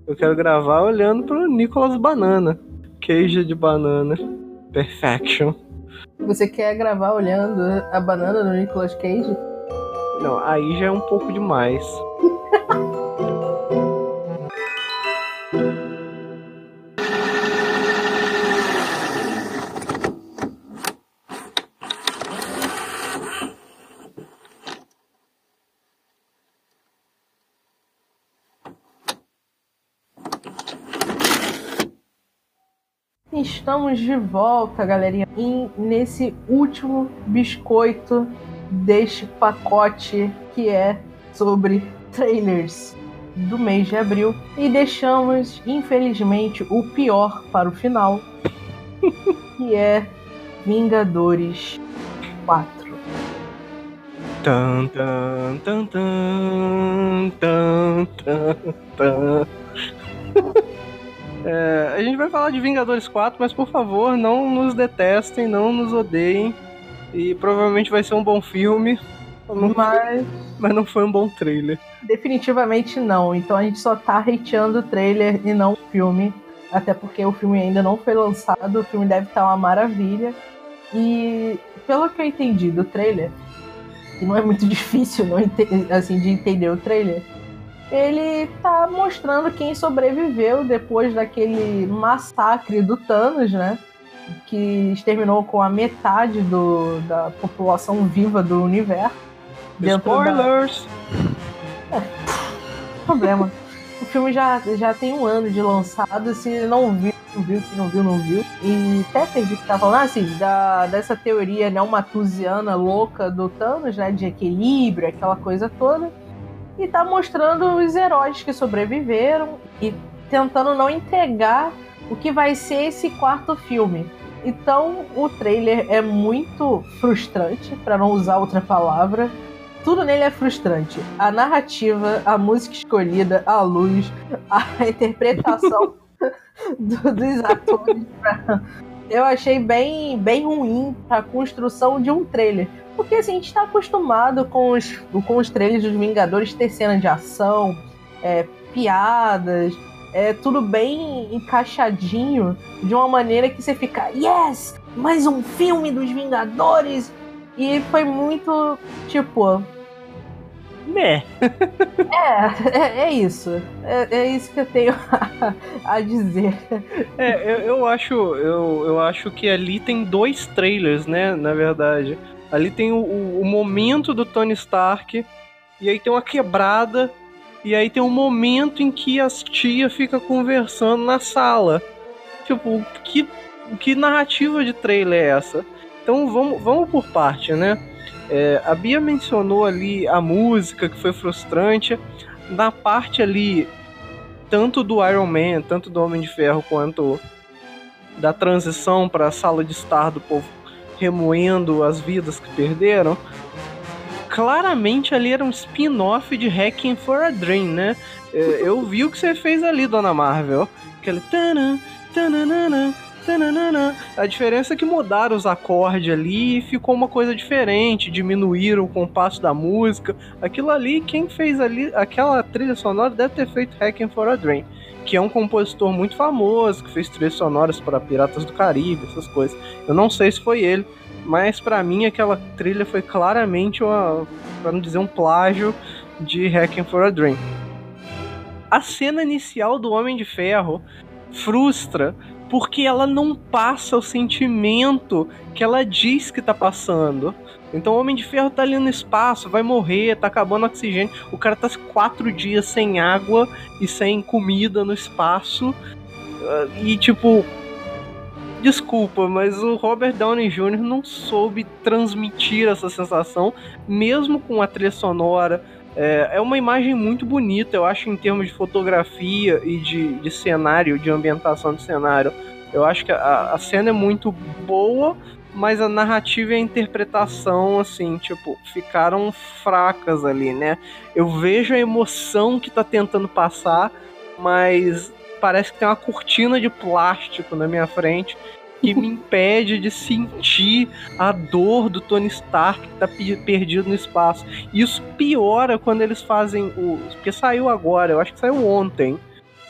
Eu quero gravar olhando pro Nicolas Banana. Queijo de banana. Perfection. Você quer gravar olhando a banana do Nicolas Cage? Não, aí já é um pouco demais. Estamos de volta, galerinha, nesse último biscoito deste pacote que é sobre trailers do mês de abril. E deixamos, infelizmente, o pior para o final, que é Vingadores 4. Tan, tan, tan, tan, tan, tan, tan. A gente vai falar de Vingadores 4, mas por favor, não nos detestem, não nos odeiem. E provavelmente vai ser um bom filme, mas não foi um bom trailer. Definitivamente não. Então a gente só tá hateando o trailer e não o filme. Até porque o filme ainda não foi lançado, o filme deve estar uma maravilha. E pelo que eu entendi do trailer, que não é muito difícil assim, de entender o trailer, ele tá mostrando quem sobreviveu depois daquele massacre do Thanos, né? Que exterminou com a metade da população viva do universo. Spoilers! Problema. O filme já tem um ano de lançado, se não viu, não viu. E até perdi o que tava falando, assim, dessa teoria neomatusiana louca do Thanos, né? De equilíbrio, aquela coisa toda. E tá mostrando os heróis que sobreviveram e tentando não entregar o que vai ser esse quarto filme. Então, o trailer é muito frustrante, para não usar outra palavra. Tudo nele é frustrante. A narrativa, a música escolhida, a luz, a interpretação dos atores. Eu achei bem ruim a construção de um trailer. Porque assim, a gente tá acostumado com os trailers dos Vingadores ter cena de ação, piadas, tudo bem encaixadinho, de uma maneira que você fica, yes! Mais um filme dos Vingadores! E foi muito, tipo... É isso. É isso que eu tenho a dizer. Eu acho que ali tem dois trailers, né? Na verdade. Ali tem o momento do Tony Stark, e aí tem uma quebrada, e aí tem um momento em que as tia fica conversando na sala. Tipo, que narrativa de trailer é essa? Então vamos por parte, né? A Bia mencionou ali a música, que foi frustrante. Na parte ali, tanto do Iron Man, tanto do Homem de Ferro, quanto da transição para a sala de estar do povo remoendo as vidas que perderam, claramente ali era um spin-off de Hacking for a Dream, né? Eu vi o que você fez ali, Dona Marvel. Aquele... A diferença é que mudaram os acordes ali e ficou uma coisa diferente, diminuíram o compasso da música. Aquilo ali, quem fez ali, aquela trilha sonora deve ter feito Hacking for a Dream, que é um compositor muito famoso, que fez trilhas sonoras para Piratas do Caribe, essas coisas. Eu não sei se foi ele, mas pra mim aquela trilha foi claramente pra não dizer um plágio de Hacking for a Dream. A cena inicial do Homem de Ferro frustra porque ela não passa o sentimento que ela diz que tá passando. Então o Homem de Ferro tá ali no espaço, vai morrer, tá acabando o oxigênio. O cara tá 4 dias sem água e sem comida no espaço. E tipo... Desculpa, mas o Robert Downey Jr. não soube transmitir essa sensação, mesmo com a trilha sonora. É uma imagem muito bonita, eu acho, em termos de fotografia e de cenário, de ambientação de cenário. Eu acho que a cena é muito boa, mas a narrativa e a interpretação, assim, tipo, ficaram fracas ali, né? Eu vejo a emoção que tá tentando passar, mas parece que tem uma cortina de plástico na minha frente que me impede de sentir a dor do Tony Stark que tá perdido no espaço. E isso piora quando eles fazem porque saiu agora, eu acho que saiu ontem,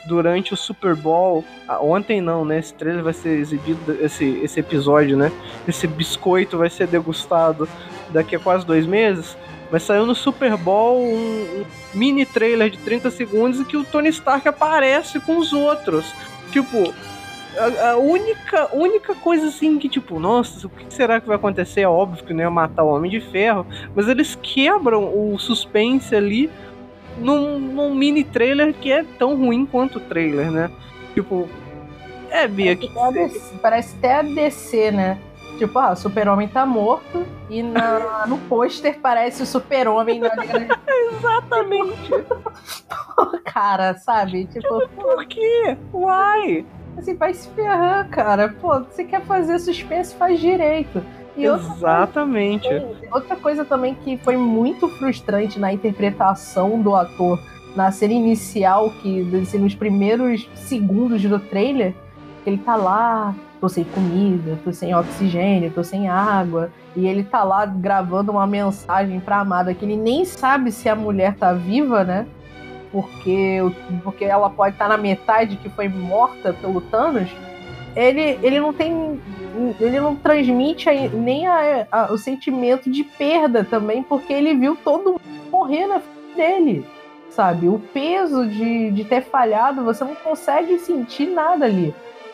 durante o Super Bowl, ontem não, né? Esse trailer vai ser exibido, esse episódio, né? Esse biscoito vai ser degustado daqui a quase 2 meses. Mas saiu no Super Bowl um mini trailer de 30 segundos em que o Tony Stark aparece com os outros. Tipo, a única coisa assim que, tipo, nossa, o que será que vai acontecer? É óbvio que não ia matar o Homem de Ferro, mas eles quebram o suspense ali num mini trailer que é tão ruim quanto o trailer, né? Tipo, Bia, que parece até a DC, né? Tipo, o Super-Homem tá morto e no pôster parece o Super-Homem na Liga. Exatamente. Cara, sabe? Tipo, por quê? Why? Assim, vai se ferrar, cara. Pô, você quer fazer suspense, faz direito. E exatamente. Outra coisa também que foi muito frustrante na interpretação do ator na cena inicial, que assim, nos primeiros segundos do trailer, ele tá lá, tô sem comida, tô sem oxigênio, tô sem água, e ele tá lá gravando uma mensagem pra amada que ele nem sabe se a mulher tá viva, né? Porque ela pode estar na metade que foi morta pelo Thanos. Ele não tem, ele não transmite nem o sentimento de perda também, porque ele viu todo mundo morrer na frente dele, sabe? O peso de ter falhado, você não consegue sentir nada ali.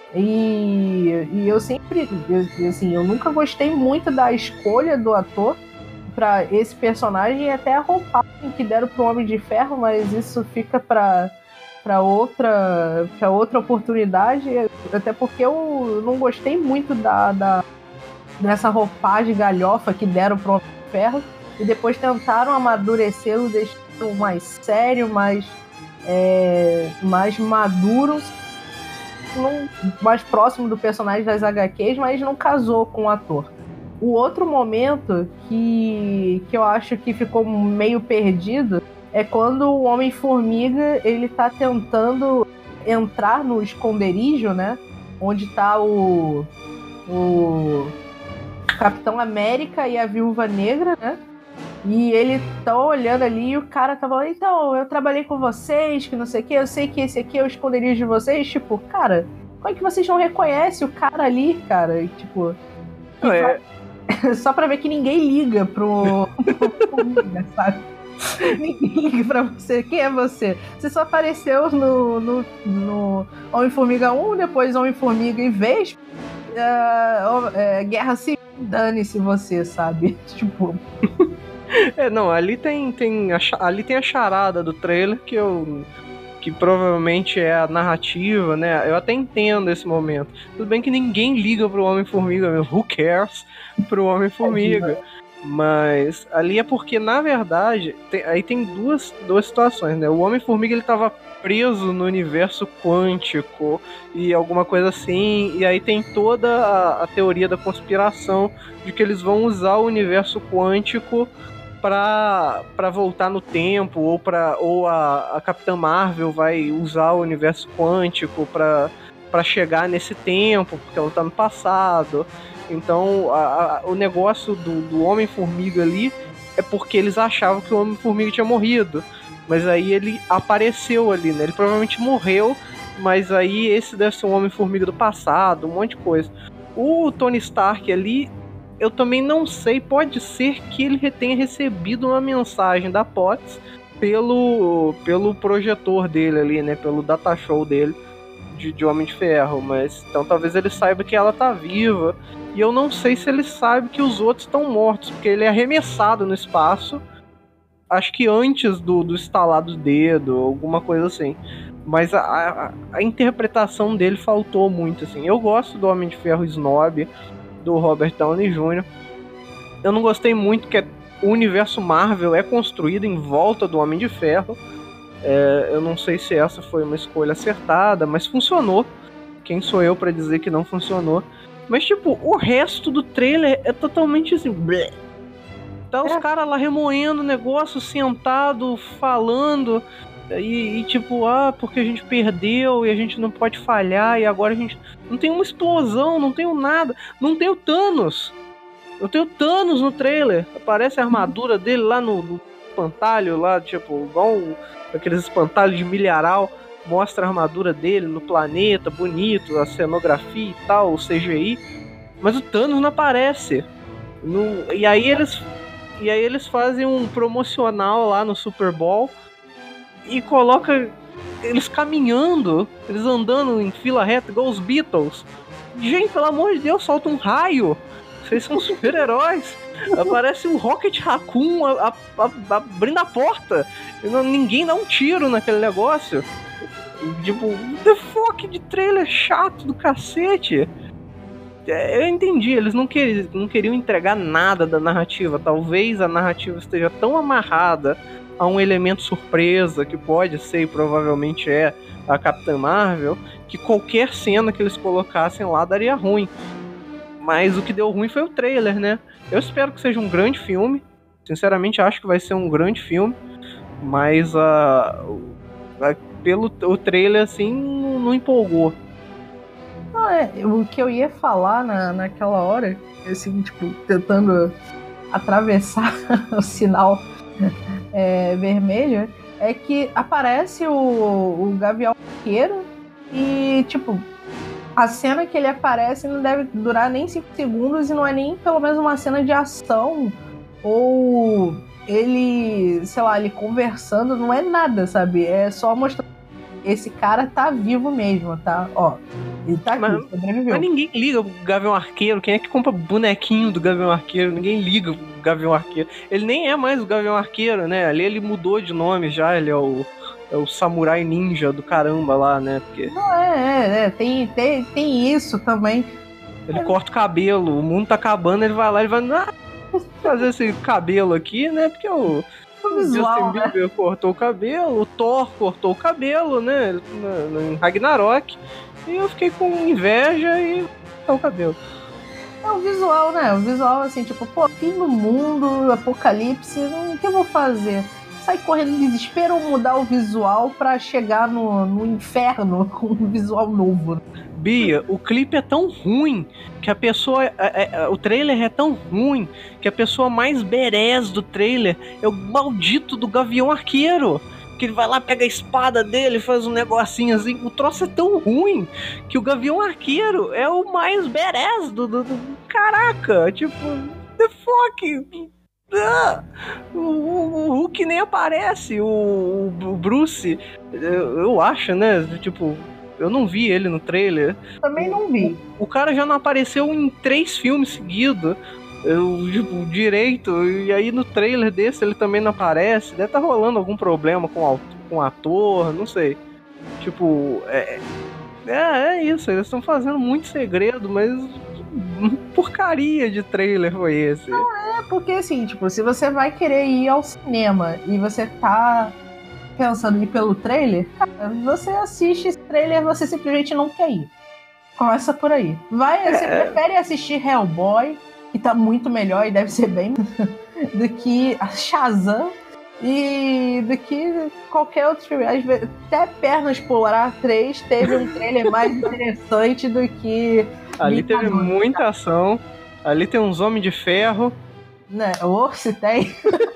E eu sempre, assim, eu nunca gostei muito da escolha do ator para esse personagem e até a roupagem que deram pro Homem de Ferro, mas isso fica para outra oportunidade, até porque eu não gostei muito dessa roupagem galhofa que deram pro Homem de Ferro, e depois tentaram amadurecê-lo, deixando mais sério, mais maduro, mais próximo do personagem das HQs, mas não casou com o ator. O outro momento que eu acho que ficou meio perdido é quando o Homem-Formiga ele tá tentando entrar no esconderijo, né? Onde tá o Capitão América e a Viúva Negra, né? E ele tá olhando ali e o cara tá falando, então, eu trabalhei com vocês, que não sei o que, eu sei que esse aqui é o esconderijo de vocês. Tipo, cara, como é que vocês não reconhecem o cara ali, cara? E, tipo... Só pra ver que ninguém liga pro Formiga, sabe? Ninguém liga pra você. Quem é você? Você só apareceu no Homem-Formiga 1, depois Homem-Formiga e Vespa. Guerra Civil, dane-se você, sabe? Tipo... não, ali tem a charada do trailer que provavelmente é a narrativa, né? Eu até entendo esse momento. Tudo bem que ninguém liga pro Homem-Formiga mesmo. Who cares pro Homem-Formiga? Mas ali é porque, na verdade, aí tem duas situações, né? O Homem-Formiga, ele tava preso no universo quântico e alguma coisa assim, e aí tem toda a teoria da conspiração de que eles vão usar o universo quântico pra voltar no tempo, ou a Capitã Marvel vai usar o universo quântico pra chegar nesse tempo, porque ela tá no passado. Então o negócio do Homem-Formiga ali é porque eles achavam que o Homem-Formiga tinha morrido, mas aí ele apareceu ali, né? Ele provavelmente morreu, mas aí esse deve ser um Homem-Formiga do passado, um monte de coisa. O Tony Stark ali, eu também não sei, pode ser que ele tenha recebido uma mensagem da Potts pelo projetor dele ali, né? Pelo datashow dele de Homem de Ferro, mas então talvez ele saiba que ela tá viva, e eu não sei se ele sabe que os outros estão mortos, porque ele é arremessado no espaço, acho que antes do estalar do dedo, alguma coisa assim. Mas a interpretação dele faltou muito, assim. Eu gosto do Homem de Ferro Snob, do Robert Downey Jr. Eu não gostei muito que o universo Marvel é construído em volta do Homem de Ferro. Eu não sei se essa foi uma escolha acertada, mas funcionou. Quem sou eu pra dizer que não funcionou? Mas, tipo, o resto do trailer é totalmente assim... Bleh. Tá os caras lá remoendo o negócio, sentado, falando... E tipo, porque a gente perdeu e a gente não pode falhar, e agora a gente não tem uma explosão, não tem nada, não tem o Thanos. Eu tenho o Thanos no trailer, aparece a armadura dele lá no espantalho, lá, tipo, igual aqueles espantalhos de milharal. mostra a armadura dele no planeta, bonito, a cenografia e tal, o CGI, mas o Thanos não aparece. E aí eles fazem um promocional lá no Super Bowl e coloca eles caminhando, eles andando em fila reta, igual os Beatles. Gente, pelo amor de Deus, solta um raio. Vocês são super-heróis. Aparece um Rocket Raccoon abrindo a porta. Ninguém dá um tiro naquele negócio. Tipo, the fuck de trailer chato do cacete. Eu entendi, eles não queriam entregar nada da narrativa. Talvez a narrativa esteja tão amarrada a um elemento surpresa, que pode ser e provavelmente é a Capitã Marvel, que qualquer cena que eles colocassem lá daria ruim. Mas o que deu ruim foi o trailer, né? Eu espero que seja um grande filme. Sinceramente, acho que vai ser um grande filme. Mas pelo o trailer, assim, não empolgou. O que eu ia falar naquela hora, assim, tipo, tentando atravessar o sinal vermelho, é que aparece o Gavião Arqueiro e, tipo, a cena que ele aparece não deve durar nem 5 segundos e não é nem pelo menos uma cena de ação ou ele, sei lá, ele conversando, não é nada, sabe? É só mostrar esse cara tá vivo mesmo, tá? Ó, ele tá aqui, sobreviveu. Mas ninguém liga o Gavião Arqueiro. Quem é que compra bonequinho do Gavião Arqueiro? Ninguém liga o Gavião Arqueiro. Ele nem é mais o Gavião Arqueiro, né? Ali ele mudou de nome já, ele é o samurai ninja do caramba lá, né? Porque... Não, tem isso também. Ele corta o cabelo, o mundo tá acabando, ele vai lá e vai fazer esse cabelo aqui, né? Porque o visual, Justin Bieber cortou o cabelo, o Thor cortou o cabelo, né? Em Ragnarok. E eu fiquei com inveja e cortou o cabelo. É o visual, né? O visual, assim, tipo, pô, fim do mundo, apocalipse, o que eu vou fazer? Sai correndo em desespero ou mudar o visual pra chegar no inferno com um visual novo? Bia, o clipe é tão ruim que a pessoa... o trailer é tão ruim que a pessoa mais badass do trailer é o maldito do Gavião Arqueiro. Que ele vai lá, pega a espada dele, faz um negocinho assim. O troço é tão ruim que o Gavião Arqueiro é o mais badass do... Caraca, tipo... The fuck... O Hulk nem aparece. O Bruce, eu acho, né? Tipo... Eu não vi ele no trailer. Também não vi. O cara já não apareceu em 3 filmes seguidos. Tipo, direito. E aí no trailer desse ele também não aparece. Deve estar rolando algum problema com o ator, não sei. Tipo, é isso. Eles estão fazendo muito segredo, mas porcaria de trailer foi esse. Não, porque assim, tipo, se você vai querer ir ao cinema e você tá pensando em ir pelo trailer, cara, você assiste esse trailer e você simplesmente não quer ir. Começa por aí. Você prefere assistir Hellboy, que tá muito melhor e deve ser bem do que a Shazam e do que qualquer outro filme. Às vezes, até Pernas Polar 3 teve um trailer mais interessante do que... Ali teve muita ação. Ali tem uns Homens de Ferro. Né? Se tem...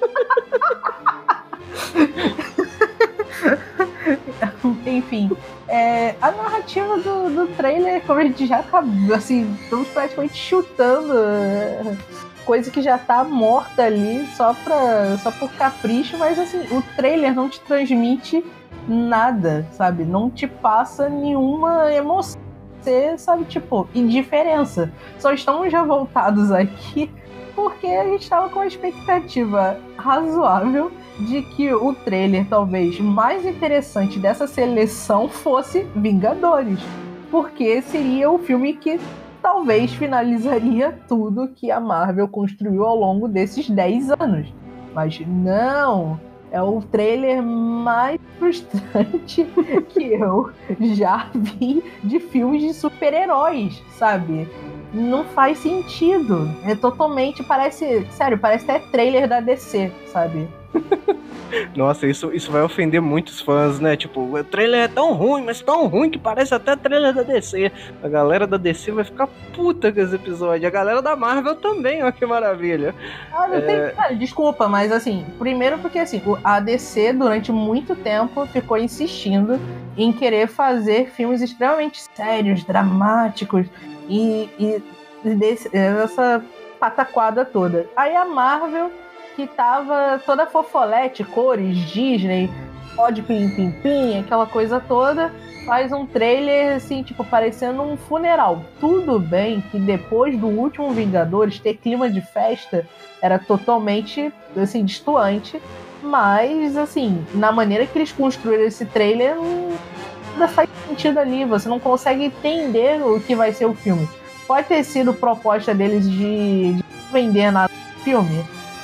Enfim, a narrativa do trailer, como a gente já acabou, assim, estamos praticamente chutando coisa que já tá morta ali só por capricho, mas assim, o trailer não te transmite nada, sabe? Não te passa nenhuma emoção. Você, sabe, tipo, indiferença. Só estamos já voltados aqui porque a gente estava com uma expectativa razoável de que o trailer talvez mais interessante dessa seleção fosse Vingadores, porque seria o filme que talvez finalizaria tudo que a Marvel construiu ao longo desses 10 anos. Mas não, é o trailer mais frustrante que eu já vi de filmes de super-heróis, sabe? Não faz sentido. É totalmente, parece até trailer da DC, sabe? Nossa, isso vai ofender muitos fãs, né? Tipo, o trailer é tão ruim, mas tão ruim que parece até trailer da DC. A galera da DC vai ficar puta com esse episódio. A galera da Marvel também, ó, que maravilha. Desculpa, mas assim, primeiro porque assim, a DC durante muito tempo ficou insistindo em querer fazer filmes extremamente sérios, dramáticos e essa pataquada toda. Aí a Marvel, que tava toda fofolete, cores, Disney, pode pim, aquela coisa toda, faz um trailer, assim, tipo, parecendo um funeral. Tudo bem que depois do último Vingadores, ter clima de festa era totalmente, assim, destoante, mas, assim, na maneira que eles construíram esse trailer, nada faz sentido ali, você não consegue entender o que vai ser o filme. Pode ter sido proposta deles de vender nada no filme?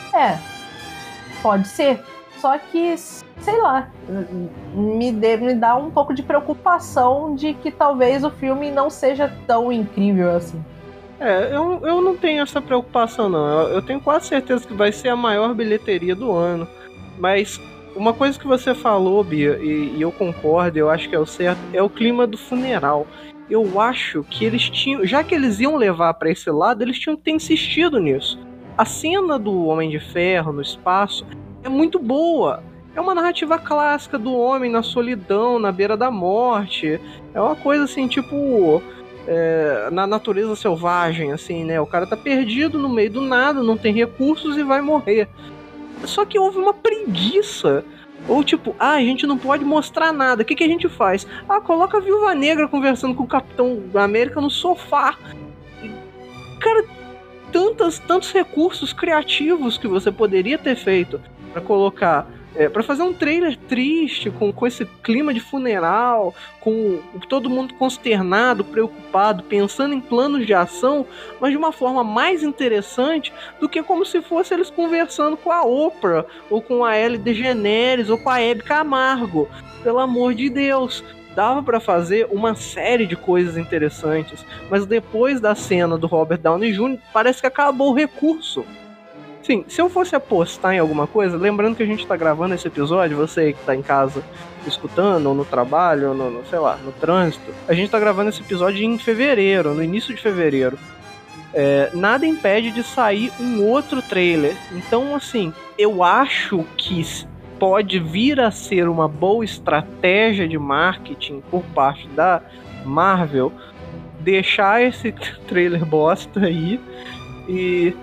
Pode ser. Só que, sei lá, me dá um pouco de preocupação de que talvez o filme não seja tão incrível assim. Eu não tenho essa preocupação, não. Eu tenho quase certeza que vai ser a maior bilheteria do ano. Mas uma coisa que você falou, Bia, e eu concordo, eu acho que é o certo, é o clima do funeral. Eu acho que eles tinham, já que eles iam levar pra esse lado, eles tinham que ter insistido nisso. A cena do Homem de Ferro no espaço é muito boa. É uma narrativa clássica do homem na solidão, na beira da morte. É uma coisa assim, tipo... na natureza selvagem, assim, né? O cara tá perdido no meio do nada, não tem recursos e vai morrer. Só que houve uma preguiça. Ou tipo, a gente não pode mostrar nada. O que a gente faz? Coloca a Viúva Negra conversando com o Capitão América no sofá. Cara, tantos recursos criativos que você poderia ter feito pra colocar, pra fazer um trailer triste, com esse clima de funeral, com todo mundo consternado, preocupado, pensando em planos de ação, mas de uma forma mais interessante do que como se fosse eles conversando com a Oprah, ou com a Ellen DeGeneres, ou com a Hebe Camargo. Pelo amor de Deus! Dava pra fazer uma série de coisas interessantes, mas depois da cena do Robert Downey Jr., parece que acabou o recurso. Sim, se eu fosse apostar em alguma coisa, lembrando que a gente tá gravando esse episódio, você que tá em casa escutando, ou no trabalho, ou no sei lá, no trânsito, a gente tá gravando esse episódio em fevereiro, no início de fevereiro. Nada impede de sair um outro trailer. Então, assim, eu acho que pode vir a ser uma boa estratégia de marketing por parte da Marvel deixar esse trailer bosta aí e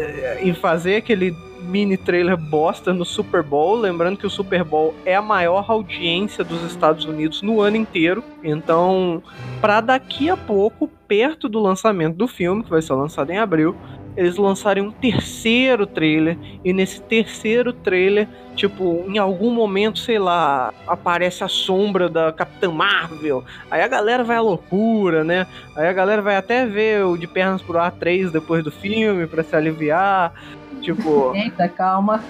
fazer aquele mini trailer bosta no Super Bowl, lembrando que o Super Bowl é a maior audiência dos Estados Unidos no ano inteiro, então para daqui a pouco, perto do lançamento do filme, que vai ser lançado em abril, eles lançarem um terceiro trailer, e nesse terceiro trailer, tipo, em algum momento, sei lá, aparece a sombra da Capitã Marvel, aí a galera vai à loucura, né? Aí a galera vai até ver o De Pernas pro Ar 3 depois do filme, pra se aliviar, tipo... Eita, calma.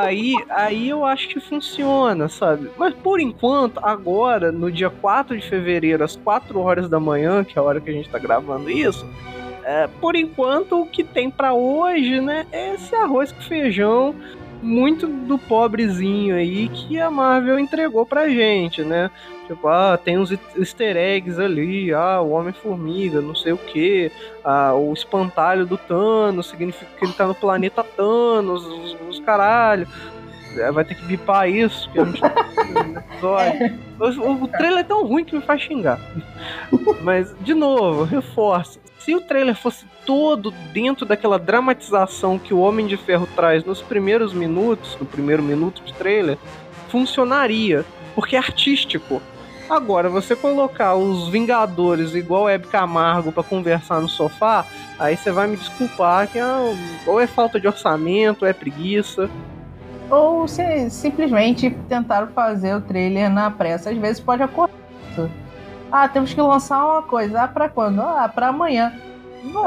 Aí eu acho que funciona, sabe? Mas por enquanto, agora, no dia 4 de fevereiro, às 4 horas da manhã, que é a hora que a gente tá gravando isso, por enquanto, o que tem pra hoje, né, é esse arroz com feijão, muito do pobrezinho aí que a Marvel entregou pra gente, né? Tipo, tem uns easter eggs ali, o Homem-Formiga, não sei o que, o espantalho do Thanos, significa que ele tá no planeta Thanos, os caralho. Vai ter que bipar isso, que a gente no episódio. O trailer é tão ruim que me faz xingar. Mas, de novo, reforço. Se o trailer fosse todo dentro daquela dramatização que o Homem de Ferro traz nos primeiros minutos, no primeiro minuto de trailer, funcionaria, porque é artístico. Agora, você colocar os Vingadores igual Hebe Camargo pra conversar no sofá, aí você vai me desculpar que ou é falta de orçamento, ou é preguiça. Ou se simplesmente tentaram fazer o trailer na pressa. Às vezes pode acontecer. Temos que lançar uma coisa. Pra quando? Pra amanhã. Bom,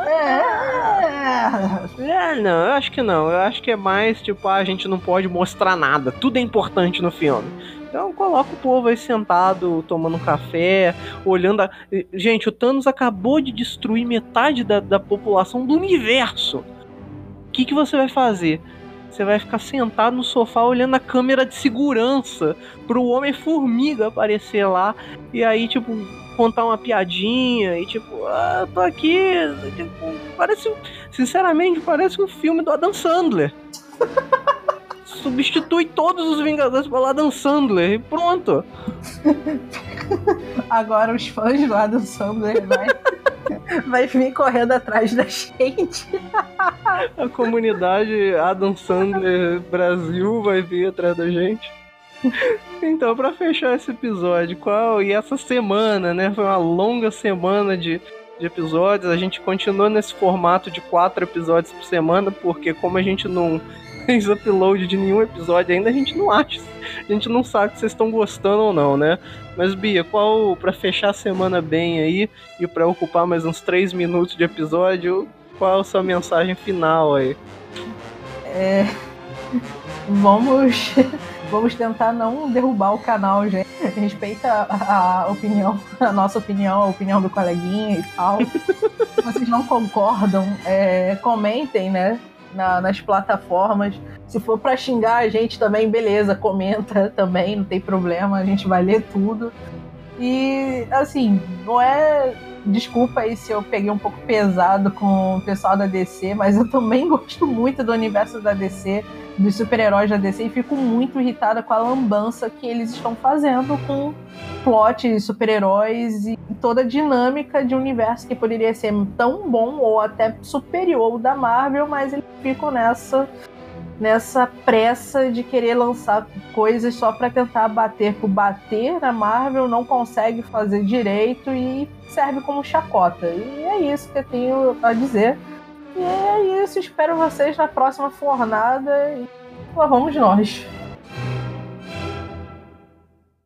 não, eu acho que não. Eu acho que é mais tipo, a gente não pode mostrar nada. Tudo é importante no filme. Então coloca o povo aí sentado, tomando um café, olhando... Gente, o Thanos acabou de destruir metade da população do universo. O que você vai fazer? Você vai ficar sentado no sofá olhando a câmera de segurança pro Homem-Formiga aparecer lá e aí, tipo, contar uma piadinha e tipo, tô aqui, tipo, sinceramente, parece um filme do Adam Sandler. Substitui todos os Vingadores pelo Adam Sandler e pronto. agora os fãs do Adam Sandler vai vir correndo atrás da gente. A comunidade Adam Sandler Brasil vai vir atrás da gente. Então, pra fechar esse episódio, e essa semana, né? Foi uma longa semana de episódios. A gente continuou nesse formato de 4 episódios por semana, porque como a gente não fez upload de nenhum episódio ainda, a gente não acha. A gente não sabe se vocês estão gostando ou não, né? Mas, Bia, pra fechar a semana bem aí e pra ocupar mais uns 3 minutos de episódio, qual a sua mensagem final aí? Vamos tentar não derrubar o canal, gente. Respeita a nossa opinião, a opinião do coleguinha e tal. Se vocês não concordam, comentem, né? Nas plataformas. Se for pra xingar a gente também, beleza, comenta também, não tem problema, a gente vai ler tudo. E, assim, não é... Desculpa aí se eu peguei um pouco pesado com o pessoal da DC, mas eu também gosto muito do universo da DC, dos super-heróis da DC, e fico muito irritada com a lambança que eles estão fazendo com plot, super-heróis e toda a dinâmica de um universo que poderia ser tão bom ou até superior ao da Marvel, mas eles ficam nessa pressa de querer lançar coisas só para tentar bater por bater na Marvel, não consegue fazer direito e serve como chacota. E é isso que eu tenho a dizer. E é isso, espero vocês na próxima fornada e lá vamos nós.